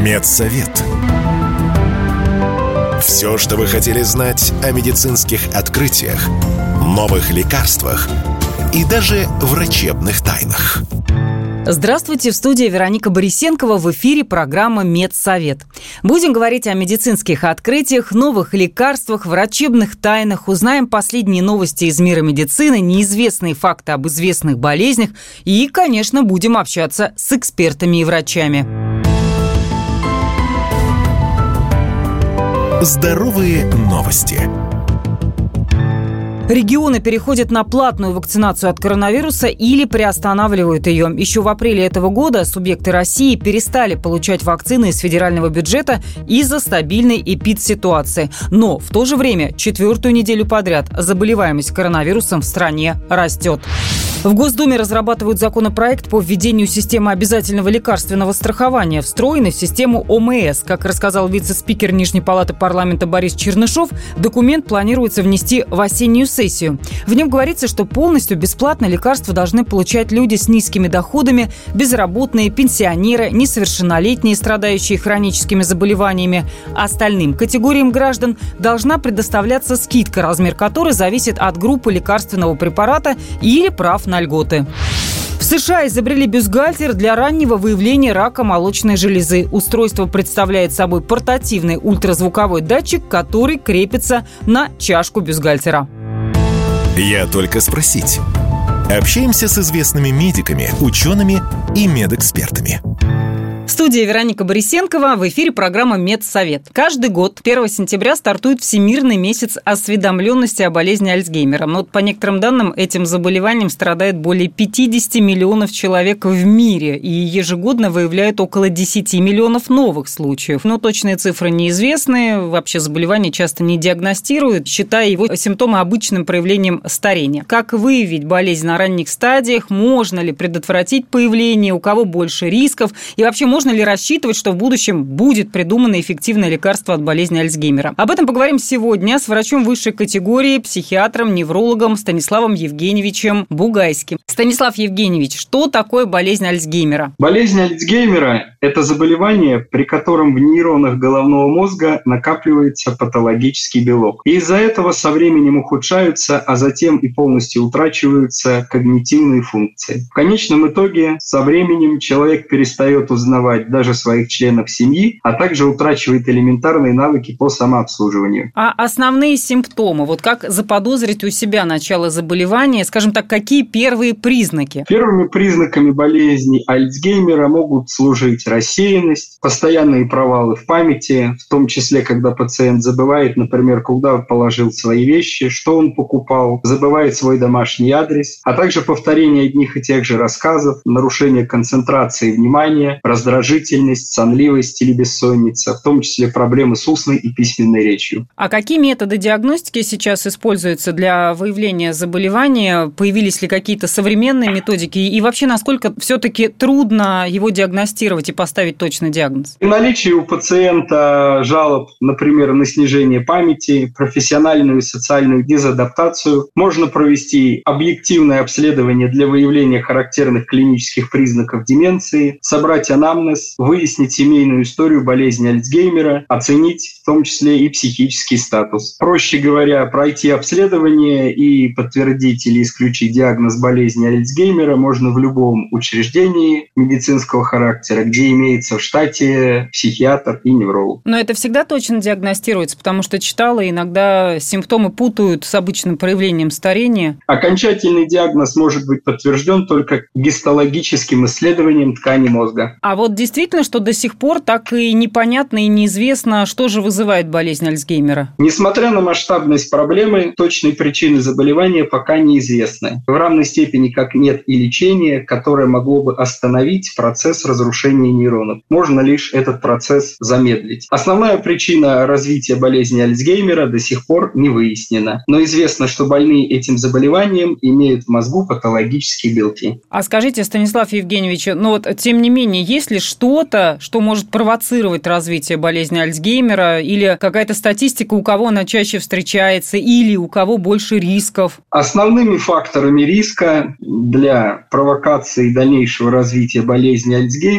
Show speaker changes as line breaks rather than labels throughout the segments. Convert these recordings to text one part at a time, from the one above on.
Медсовет. Все, что вы хотели знать о медицинских открытиях, новых лекарствах и даже врачебных тайнах.
Здравствуйте, в студии Вероника Борисенкова, в эфире программа «Медсовет». Будем говорить о медицинских открытиях, новых лекарствах, врачебных тайнах, узнаем последние новости из мира медицины, неизвестные факты об известных болезнях и, конечно, будем общаться с экспертами и врачами.
Здоровые новости.
Регионы переходят на платную вакцинацию от коронавируса или приостанавливают ее. Еще в апреле этого года субъекты России перестали получать вакцины из федерального бюджета из-за стабильной эпидситуации. Но в то же время 4-ю неделю подряд заболеваемость коронавирусом в стране растет. В Госдуме разрабатывают законопроект по введению системы обязательного лекарственного страхования, встроенной в систему ОМС. Как рассказал вице-спикер Нижней палаты парламента Борис Чернышов, документ планируется внести в осеннюю сессию. В нем говорится, что полностью бесплатно лекарства должны получать люди с низкими доходами, безработные, пенсионеры, несовершеннолетние, страдающие хроническими заболеваниями. Остальным категориям граждан должна предоставляться скидка, размер которой зависит от группы лекарственного препарата или прав на льготы. В США изобрели бюстгальтер для раннего выявления рака молочной железы. Устройство представляет собой портативный ультразвуковой датчик, который крепится на чашку бюстгальтера.
Я только спросить. Общаемся с известными медиками, учеными и медэкспертами.
В студии Вероника Борисенкова, в эфире программа «Медсовет». Каждый год 1 сентября стартует Всемирный месяц осведомленности о болезни Альцгеймера. Но по некоторым данным, этим заболеванием страдает более 50 миллионов человек в мире. И ежегодно выявляют около 10 миллионов новых случаев. Но точные цифры неизвестны. Вообще заболевание часто не диагностируют, считая его симптомы обычным проявлением старения. Как выявить болезнь на ранних стадиях? Можно ли предотвратить появление? У кого больше рисков? И вообще можно ли рассчитывать, что в будущем будет придумано эффективное лекарство от болезни Альцгеймера? Об этом поговорим сегодня с врачом высшей категории, психиатром, неврологом Станиславом Евгеньевичем Бугайским. Станислав Евгеньевич, что такое болезнь Альцгеймера?
Болезнь Альцгеймера – это заболевание, при котором в нейронах головного мозга накапливается патологический белок. И из-за этого со временем ухудшаются, а затем и полностью утрачиваются когнитивные функции. В конечном итоге со временем человек перестает узнавать даже своих членов семьи, а также утрачивает элементарные навыки по самообслуживанию.
А основные симптомы? Вот как заподозрить у себя начало заболевания? Скажем так, какие первые признаки?
Первыми признаками болезни Альцгеймера могут служить рассеянность, постоянные провалы в памяти, в том числе, когда пациент забывает, например, куда положил свои вещи, что он покупал, забывает свой домашний адрес, а также повторение одних и тех же рассказов, нарушение концентрации внимания, раздражительность, сонливость или бессонница, в том числе проблемы с устной и письменной речью.
А какие методы диагностики сейчас используются для выявления заболевания? Появились ли какие-то современные методики? И вообще, насколько все-таки трудно его диагностировать и поставить точный диагноз?
При наличии у пациента жалоб, например, на снижение памяти, профессиональную и социальную дезадаптацию, можно провести объективное обследование для выявления характерных клинических признаков деменции, собрать анамнез, выяснить семейную историю болезни Альцгеймера, оценить в том числе и психический статус. Проще говоря, пройти обследование и подтвердить или исключить диагноз болезни Альцгеймера можно в любом учреждении медицинского характера, где имеется в штате психиатр и невролог.
Но это всегда точно диагностируется, потому что читала, иногда симптомы путают с обычным проявлением старения.
Окончательный диагноз может быть подтвержден только гистологическим исследованием ткани мозга.
А вот действительно, что до сих пор так и непонятно и неизвестно, что же вызывает болезнь Альцгеймера?
Несмотря на масштабность проблемы, точной причины заболевания пока неизвестны. В равной степени, как нет и лечения, которое могло бы остановить процесс разрушения нейронов. Можно лишь этот процесс замедлить. Основная причина развития болезни Альцгеймера до сих пор не выяснена. Но известно, что больные этим заболеванием имеют в мозгу патологические белки.
А скажите, Станислав Евгеньевич, тем не менее, есть ли что-то, что может провоцировать развитие болезни Альцгеймера, или какая-то статистика, у кого она чаще встречается, или у кого больше рисков?
Основными факторами риска для провокации дальнейшего развития болезни Альцгеймера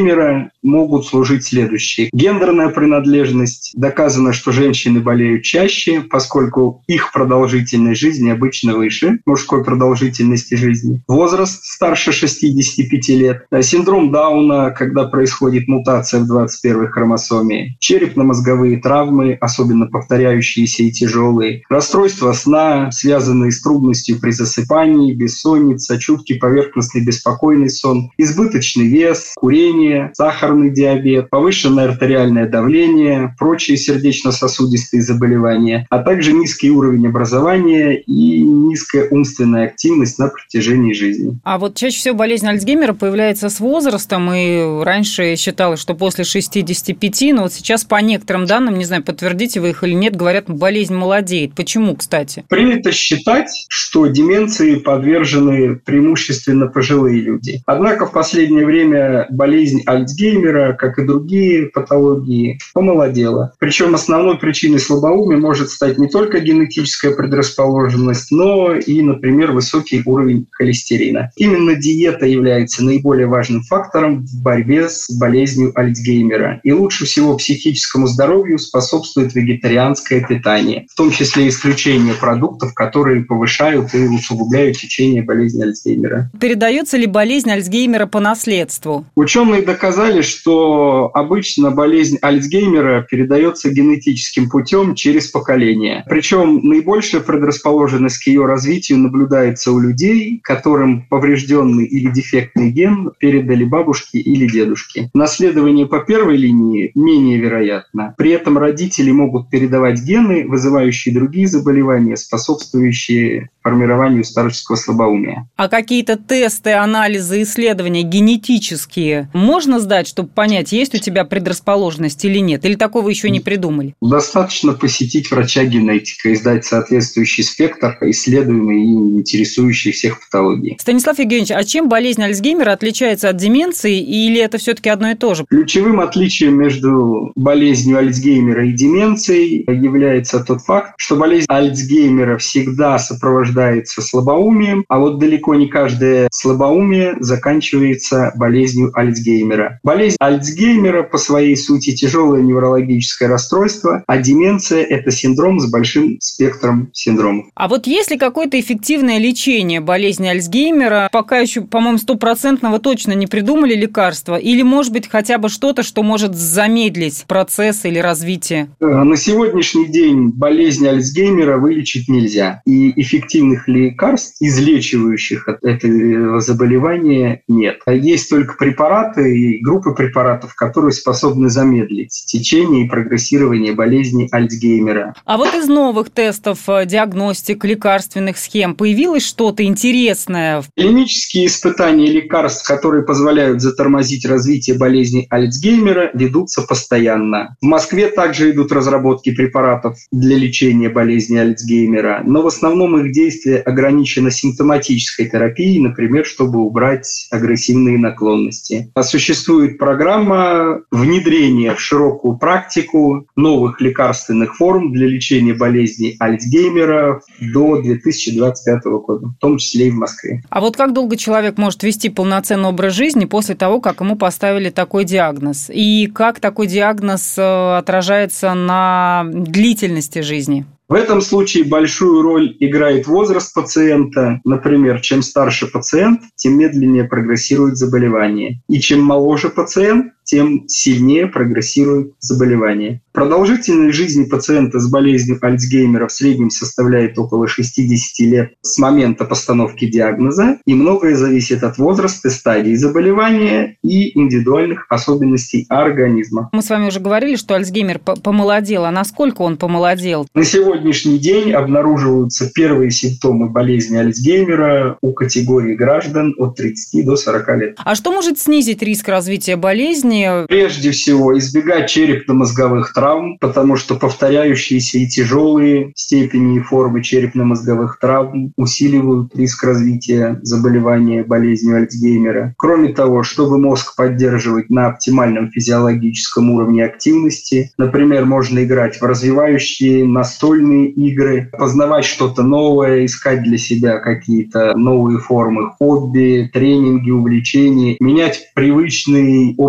могут служить следующие. Гендерная принадлежность. Доказано, что женщины болеют чаще, поскольку их продолжительность жизни обычно выше мужской продолжительности жизни. Возраст старше 65 лет. Синдром Дауна, когда происходит мутация в 21-й хромосоме. Черепно-мозговые травмы, особенно повторяющиеся и тяжелые. Расстройства сна, связанные с трудностью при засыпании, бессонница, чуткий поверхностный беспокойный сон, избыточный вес, курение, сахарный диабет, повышенное артериальное давление, прочие сердечно-сосудистые заболевания, а также низкий уровень образования и низкая умственная активность на протяжении жизни.
А вот чаще всего болезнь Альцгеймера появляется с возрастом, и раньше считалось, что после 65, но вот сейчас по некоторым данным, не знаю, подтвердите вы их или нет, говорят, болезнь молодеет. Почему, кстати?
Принято считать, что деменции подвержены преимущественно пожилые люди. Однако в последнее время болезнь Альцгеймера, как и другие патологии, помолодела. Причем основной причиной слабоумия может стать не только генетическая предрасположенность, но и, например, высокий уровень холестерина. Именно диета является наиболее важным фактором в борьбе с болезнью Альцгеймера. И лучше всего психическому здоровью способствует вегетарианское питание, в том числе исключение продуктов, которые повышают и усугубляют течение болезни Альцгеймера.
Передается ли болезнь Альцгеймера по наследству?
Ученые доказали, что обычно болезнь Альцгеймера передается генетическим путем через поколение. Причем наибольшая предрасположенность к ее развитию наблюдается у людей, которым поврежденный или дефектный ген передали бабушки или дедушки. Наследование по первой линии менее вероятно. При этом родители могут передавать гены, вызывающие другие заболевания, способствующие формированию старческого слабоумия.
А какие-то тесты, анализы, исследования генетические можно сдать, чтобы понять, есть у тебя предрасположенность или нет? Или такого еще не придумали?
Достаточно посетить врача-генетика и сдать соответствующий спектр исследуемой и интересующей всех патологий.
Станислав Евгеньевич, а чем болезнь Альцгеймера отличается от деменции, или это все-таки одно и то же?
Ключевым отличием между болезнью Альцгеймера и деменцией является тот факт, что болезнь Альцгеймера всегда сопровождается слабоумием, а вот далеко не каждое слабоумие заканчивается болезнью Альцгеймера. Болезнь Альцгеймера по своей сути тяжелое неврологическое расстройство, а деменция – это синдром с большим спектром синдромов.
А вот есть ли какое-то эффективное лечение болезни Альцгеймера? Пока еще, по-моему, 100% точно не придумали лекарства. Или, может быть, хотя бы что-то, что может замедлить процесс или развитие?
На сегодняшний день болезнь Альцгеймера вылечить нельзя. И эффективных лекарств, излечивающих от этого заболевания, нет. Есть только препараты и группы препаратов, которые способны замедлить течение и прогрессирование болезни Альцгеймера.
А вот из новых тестов, диагностик, лекарственных схем появилось что-то интересное?
Клинические испытания лекарств, которые позволяют затормозить развитие болезни Альцгеймера, ведутся постоянно. В Москве также идут разработки препаратов для лечения болезни Альцгеймера, но в основном их действие ограничено симптоматической терапией, например, чтобы убрать агрессивные наклонности. А существует программа внедрения в широкую практику новых лекарственных форм для лечения болезни Альцгеймера до 2025 года, в том числе и в Москве.
А вот как долго человек может вести полноценный образ жизни после того, как ему поставили такой диагноз? И как такой диагноз отражается на длительности жизни?
В этом случае большую роль играет возраст пациента. Например, чем старше пациент, тем медленнее прогрессирует заболевание. И чем моложе пациент, тем сильнее прогрессирует заболевание. Продолжительность жизни пациента с болезнью Альцгеймера в среднем составляет около 60 лет с момента постановки диагноза, и многое зависит от возраста, стадии заболевания и индивидуальных особенностей организма.
Мы с вами уже говорили, что Альцгеймер помолодел. А насколько он помолодел?
На сегодняшний день обнаруживаются первые симптомы болезни Альцгеймера у категории граждан от 30 до 40 лет.
А что может снизить риск развития болезни?
Прежде всего, избегать черепно-мозговых травм, потому что повторяющиеся и тяжелые степени и формы черепно-мозговых травм усиливают риск развития заболевания болезнью Альцгеймера. Кроме того, чтобы мозг поддерживать на оптимальном физиологическом уровне активности, например, можно играть в развивающие настольные игры, познавать что-то новое, искать для себя какие-то новые формы хобби, тренинги, увлечения, менять привычный, общепринятый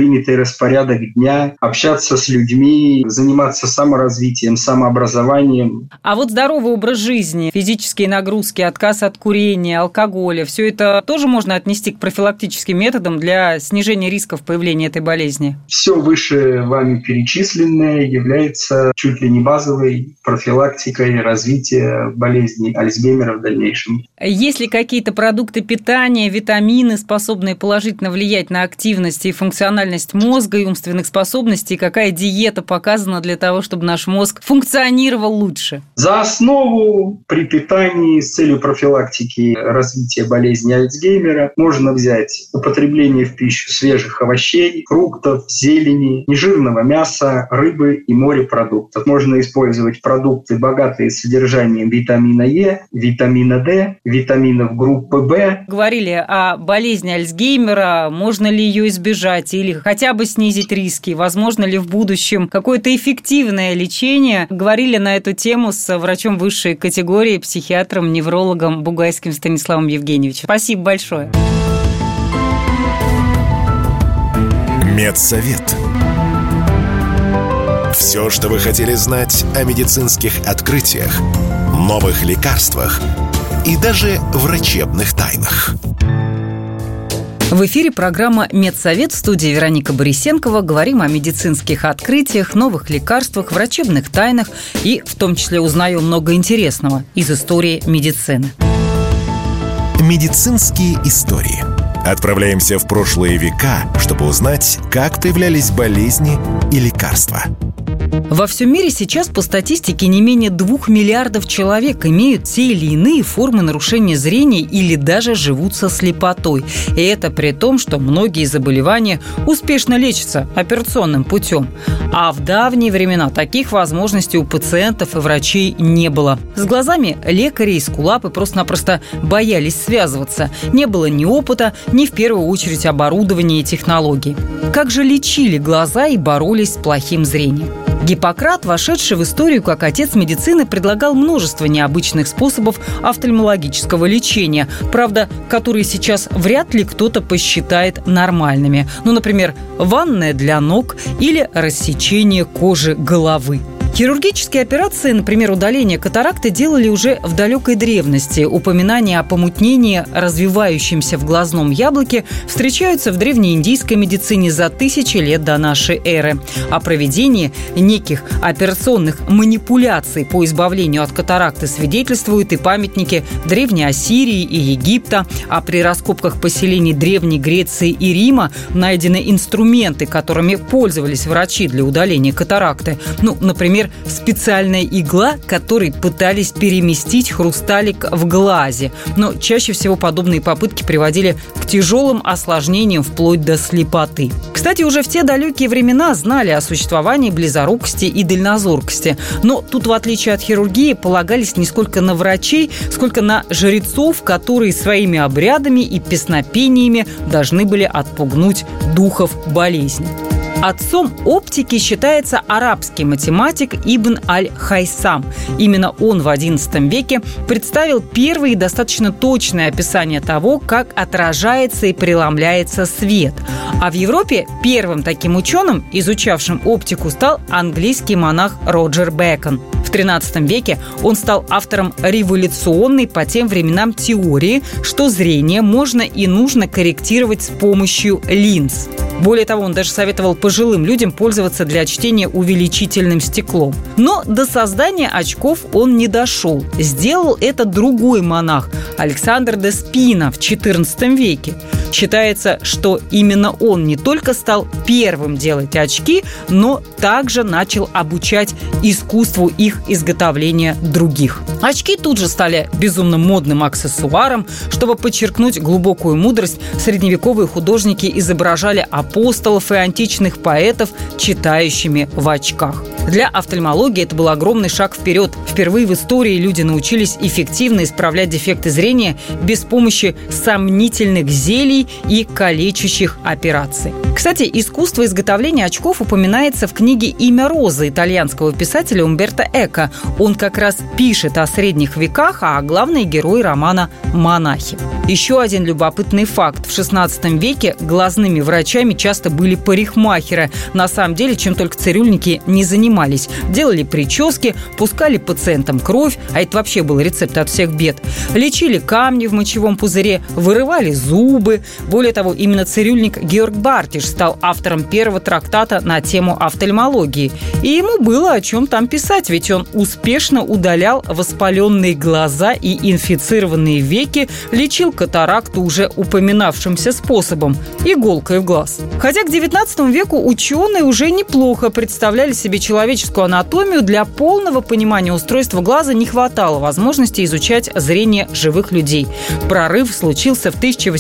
принятый распорядок дня, общаться с людьми, заниматься саморазвитием, самообразованием.
А вот здоровый образ жизни, физические нагрузки, отказ от курения, алкоголя, все это тоже можно отнести к профилактическим методам для снижения рисков появления этой болезни?
Все выше вами перечисленное является чуть ли не базовой профилактикой развития болезни Альцгеймера в дальнейшем.
Есть ли какие-то продукты питания, витамины, способные положительно влиять на активность и функциональность мозга и умственных способностей? Какая диета показана для того, чтобы наш мозг функционировал лучше?
За основу при питании с целью профилактики развития болезни Альцгеймера можно взять употребление в пищу свежих овощей, фруктов, зелени, нежирного мяса, рыбы и морепродуктов. Можно использовать продукты, богатые содержанием витамина Е, витамина D, витаминов группы В.
Говорили о болезни Альцгеймера, можно ли ее избежать или хотя бы снизить риски, возможно ли в будущем какое-то эффективное лечение. Говорили на эту тему с врачом высшей категории, психиатром, неврологом Бугайским Станиславом Евгеньевичем. Спасибо большое.
Медсовет. Все, что вы хотели знать о медицинских открытиях, новых лекарствах и даже врачебных тайнах.
В эфире программа «Медсовет», в студии Вероника Борисенкова. Говорим о медицинских открытиях, новых лекарствах, врачебных тайнах и в том числе узнаем много интересного из истории медицины.
Медицинские истории. Отправляемся в прошлые века, чтобы узнать, как появлялись болезни и лекарства.
Во всем мире сейчас по статистике не менее 2 миллиардов человек имеют те или иные формы нарушения зрения или даже живут со слепотой. И это при том, что многие заболевания успешно лечатся операционным путем. А в давние времена таких возможностей у пациентов и врачей не было. С глазами лекари и эскулапы просто-напросто боялись связываться. Не было ни опыта, ни в первую очередь оборудования и технологий. Как же лечили глаза и боролись с плохим зрением? Гиппократ, вошедший в историю как отец медицины, предлагал множество необычных способов офтальмологического лечения, правда, которые сейчас вряд ли кто-то посчитает нормальными. Например, ванная для ног или рассечение кожи головы. Хирургические операции, например, удаление катаракты, делали уже в далекой древности. Упоминания о помутнении, развивающемся в глазном яблоке, встречаются в древнеиндийской медицине за тысячи лет до нашей эры. О проведении неких операционных манипуляций по избавлению от катаракты свидетельствуют и памятники Древней Ассирии и Египта, а при раскопках поселений Древней Греции и найдены инструменты, которыми пользовались врачи для удаления катаракты. Например, специальная игла, которой пытались переместить хрусталик в глазе. Но чаще всего подобные попытки приводили к тяжелым осложнениям вплоть до слепоты. Кстати, уже в те далекие времена знали о существовании близорукости и дальнозоркости. Но тут, в отличие от хирургии, полагались не сколько на врачей, сколько на жрецов, которые своими обрядами и песнопениями должны были отпугнуть духов болезни. Отцом оптики считается арабский математик Ибн аль-Хайсам. Именно он в XI веке представил первые и достаточно точные описания того, как отражается и преломляется свет. А в Европе первым таким ученым, изучавшим оптику, стал английский монах Роджер Бэкон. В XIII веке он стал автором революционной по тем временам теории, что зрение можно и нужно корректировать с помощью линз. Более того, он даже советовал пожилым людям пользоваться для чтения увеличительным стеклом. Но до создания очков он не дошел. Сделал это другой монах Александр де Спина в XIV веке. Считается, что именно он не только стал первым делать очки, но также начал обучать искусству их изготовления других. Очки тут же стали безумно модным аксессуаром. Чтобы подчеркнуть глубокую мудрость, средневековые художники изображали апостолов и античных поэтов, читающими в очках. Для офтальмологии это был огромный шаг вперед. Впервые в истории люди научились эффективно исправлять дефекты зрения без помощи сомнительных зелий и калечащих операций. Кстати, искусство изготовления очков упоминается в книге «Имя Розы» итальянского писателя Умберто Эко. Он как раз пишет о о средних веках, а главный герой романа «Монахи». Еще один любопытный факт. В XVI веке глазными врачами часто были парикмахеры. На самом деле, чем только цирюльники не занимались. Делали прически, пускали пациентам кровь, а это вообще был рецепт от всех бед. Лечили камни в мочевом пузыре, вырывали зубы. Более того, именно цирюльник Георг Бартиш стал автором первого трактата на тему офтальмологии. И ему было о чем там писать, ведь он успешно удалял воспаленные глаза и инфицированные веки, лечил катаракту уже упоминавшимся способом – иголкой в глаз. Хотя к XIX веку ученые уже неплохо представляли себе человеческую анатомию, для полного понимания устройства глаза не хватало возможности изучать зрение живых людей. Прорыв случился в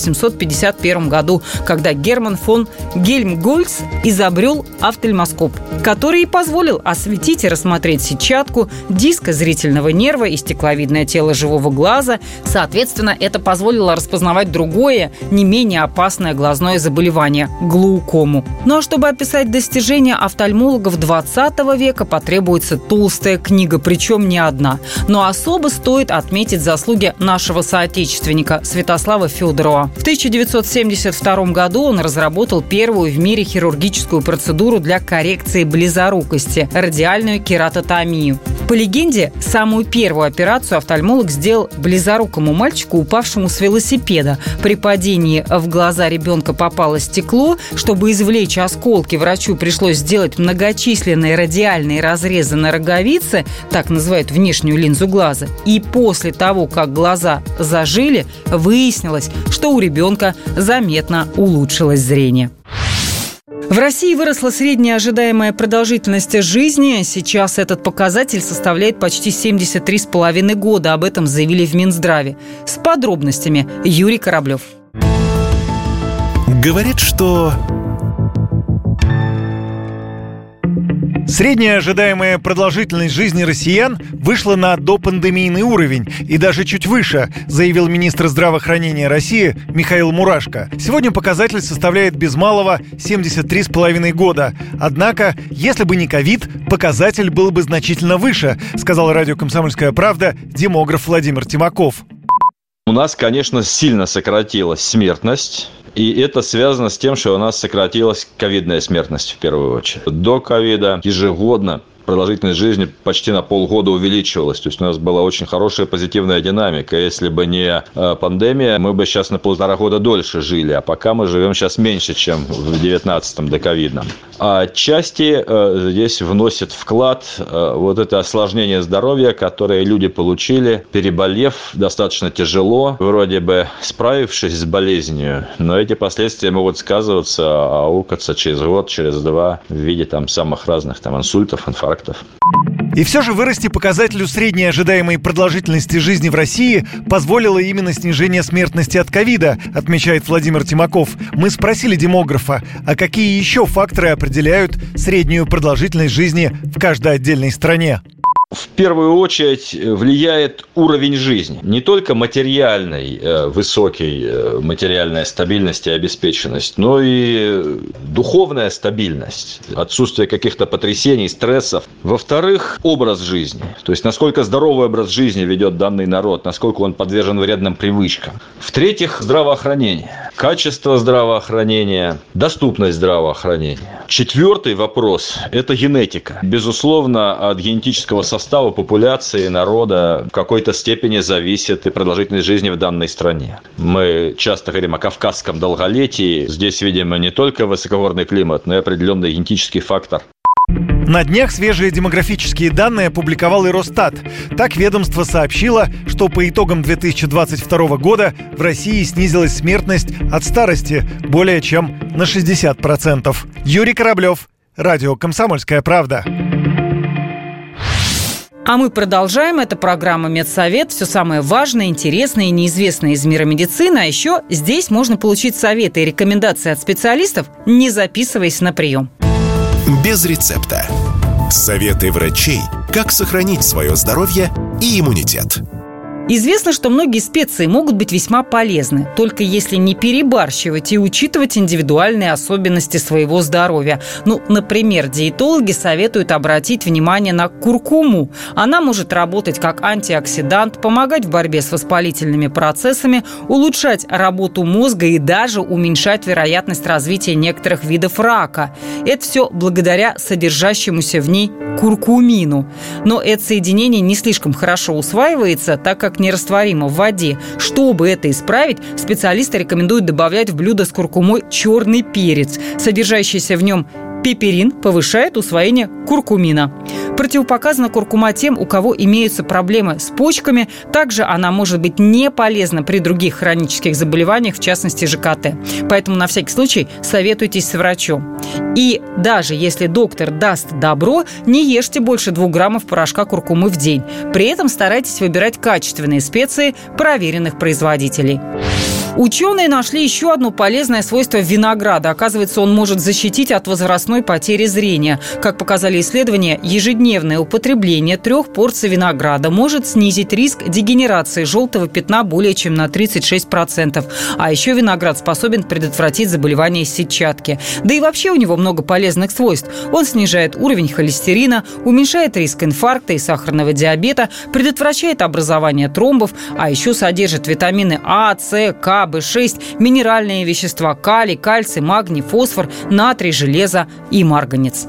1851 году, когда Герман фон Гельмгольц изобрел офтальмоскоп, который и позволил осветить и рассмотреть сетчатку, диск зрительного нерва и стекловидное тело живого глаза. Соответственно, это позволило распознавать другое, не менее опасное глазное заболевание – глаукому. Ну а чтобы описать достижения офтальмологов 20 века, потребуется толстая книга, причем не одна. Но особо стоит отметить заслуги нашего соотечественника Святослава Федорова. В 1972 году он разработал первую в мире хирургическую процедуру для коррекции близорукости – радиальную кератотомию. По легенде, самую первую операцию офтальмолог сделал близорукому мальчику, упавшему с велосипеда. При падении в глаза ребенка попало стекло. Чтобы извлечь осколки, врачу пришлось сделать многочисленные радиальные разрезы на роговице, так называют внешнюю линзу глаза. И после того, как глаза зажили, выяснилось, что у ребенка заметно улучшилось зрение. В России выросла средняя ожидаемая продолжительность жизни. Сейчас этот показатель составляет почти 73,5 года. Об этом заявили в Минздраве. С подробностями Юрий Кораблев.
Говорит, что...
Средняя ожидаемая продолжительность жизни россиян вышла на допандемийный уровень и даже чуть выше, заявил министр здравоохранения России Михаил Мурашко. Сегодня показатель составляет без малого 73,5 года. Однако, если бы не ковид, показатель был бы значительно выше, сказал радио «Комсомольская правда» демограф Владимир Тимаков.
У нас, конечно, сильно сократилась смертность. И это связано с тем, что у нас сократилась ковидная смертность в первую очередь. До ковида ежегодно продолжительность жизни почти на полгода увеличивалась. То есть у нас была очень хорошая позитивная динамика. Если бы не пандемия, мы бы сейчас на 1,5 года дольше жили. А пока мы живем сейчас меньше, чем в 19-м доковидном. А отчасти здесь вносит вклад вот это осложнение здоровья, которое люди получили, переболев достаточно тяжело, вроде бы справившись с болезнью. Но эти последствия могут сказываться, аукаться через год, через два в виде там самых разных там инсультов, инфарктов.
И все же вырасти показателю средней ожидаемой продолжительности жизни в России позволило именно снижение смертности от ковида, отмечает Владимир Тимаков. Мы спросили демографа, а какие еще факторы определяют среднюю продолжительность жизни в каждой отдельной стране.
В первую очередь влияет уровень жизни. Не только материальный, высокий, материальная стабильность и обеспеченность, но и духовная стабильность, отсутствие каких-то потрясений, стрессов. Во-вторых, образ жизни. То есть, насколько здоровый образ жизни ведет данный народ, насколько он подвержен вредным привычкам. В-третьих, здравоохранение. Качество здравоохранения, доступность здравоохранения. Четвертый вопрос – это генетика. Безусловно, от генетического состава популяции, народа в какой-то степени зависит и продолжительность жизни в данной стране. Мы часто говорим о кавказском долголетии. Здесь, видимо, не только высокогорный климат, но и определенный генетический фактор.
На днях свежие демографические данные опубликовал и Росстат. Так ведомство сообщило, что по итогам 2022 года в России снизилась смертность от старости более чем на 60%. Юрий Кораблев, радио «Комсомольская правда».
А мы продолжаем. Это программа «Медсовет». Все самое важное, интересное и неизвестное из мира медицины. А еще здесь можно получить советы и рекомендации от специалистов, не записываясь на прием.
Без рецепта. Советы врачей, как сохранить свое здоровье и иммунитет.
Известно, что многие специи могут быть весьма полезны, только если не перебарщивать и учитывать индивидуальные особенности своего здоровья. Например, диетологи советуют обратить внимание на куркуму. Она может работать как антиоксидант, помогать в борьбе с воспалительными процессами, улучшать работу мозга и даже уменьшать вероятность развития некоторых видов рака. Это все благодаря содержащемуся в ней куркумину. Но это соединение не слишком хорошо усваивается, так как нерастворимо в воде. Чтобы это исправить, специалисты рекомендуют добавлять в блюдо с куркумой черный перец. Содержащийся в нем пеперин повышает усвоение куркумина. Противопоказана куркума тем, у кого имеются проблемы с почками. Также она может быть не полезна при других хронических заболеваниях, в частности ЖКТ. Поэтому на всякий случай советуйтесь с врачом. И даже если доктор даст добро, не ешьте больше 2 граммов порошка куркумы в день. При этом старайтесь выбирать качественные специи проверенных производителей. Ученые нашли еще одно полезное свойство винограда. Оказывается, он может защитить от возрастной потери зрения. Как показали исследования, ежедневное употребление 3 порций винограда может снизить риск дегенерации желтого пятна более чем на 36%. А еще виноград способен предотвратить заболевание сетчатки. Да и вообще у него много полезных свойств. Он снижает уровень холестерина, уменьшает риск инфаркта и сахарного диабета, предотвращает образование тромбов, а еще содержит витамины А, С, К, В6, минеральные вещества калий, кальций, магний, фосфор, натрий, железо и марганец.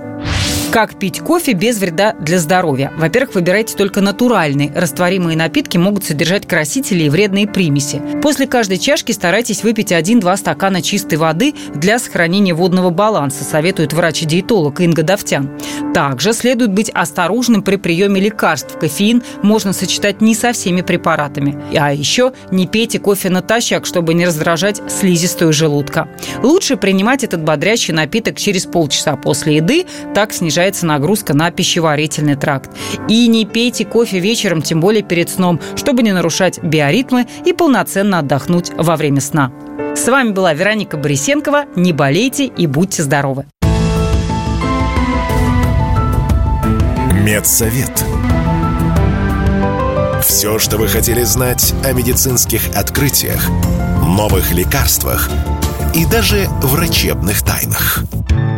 Как пить кофе без вреда для здоровья? Во-первых, выбирайте только натуральные. Растворимые напитки могут содержать красители и вредные примеси. После каждой чашки старайтесь выпить 1-2 стакана чистой воды для сохранения водного баланса, советует врач-диетолог Инга Давтян. Также следует быть осторожным при приеме лекарств. Кофеин можно сочетать не со всеми препаратами. А еще не пейте кофе натощак, чтобы не раздражать слизистую желудка. Лучше принимать этот бодрящий напиток через полчаса после еды, так снижается нагрузка на пищеварительный тракт. И не пейте кофе вечером, тем более перед сном, чтобы не нарушать биоритмы и полноценно отдохнуть во время сна. С вами была Вероника Борисенкова. Не болейте и будьте здоровы.
Медсовет. Все, что вы хотели знать о медицинских открытиях, новых лекарствах и даже врачебных тайнах.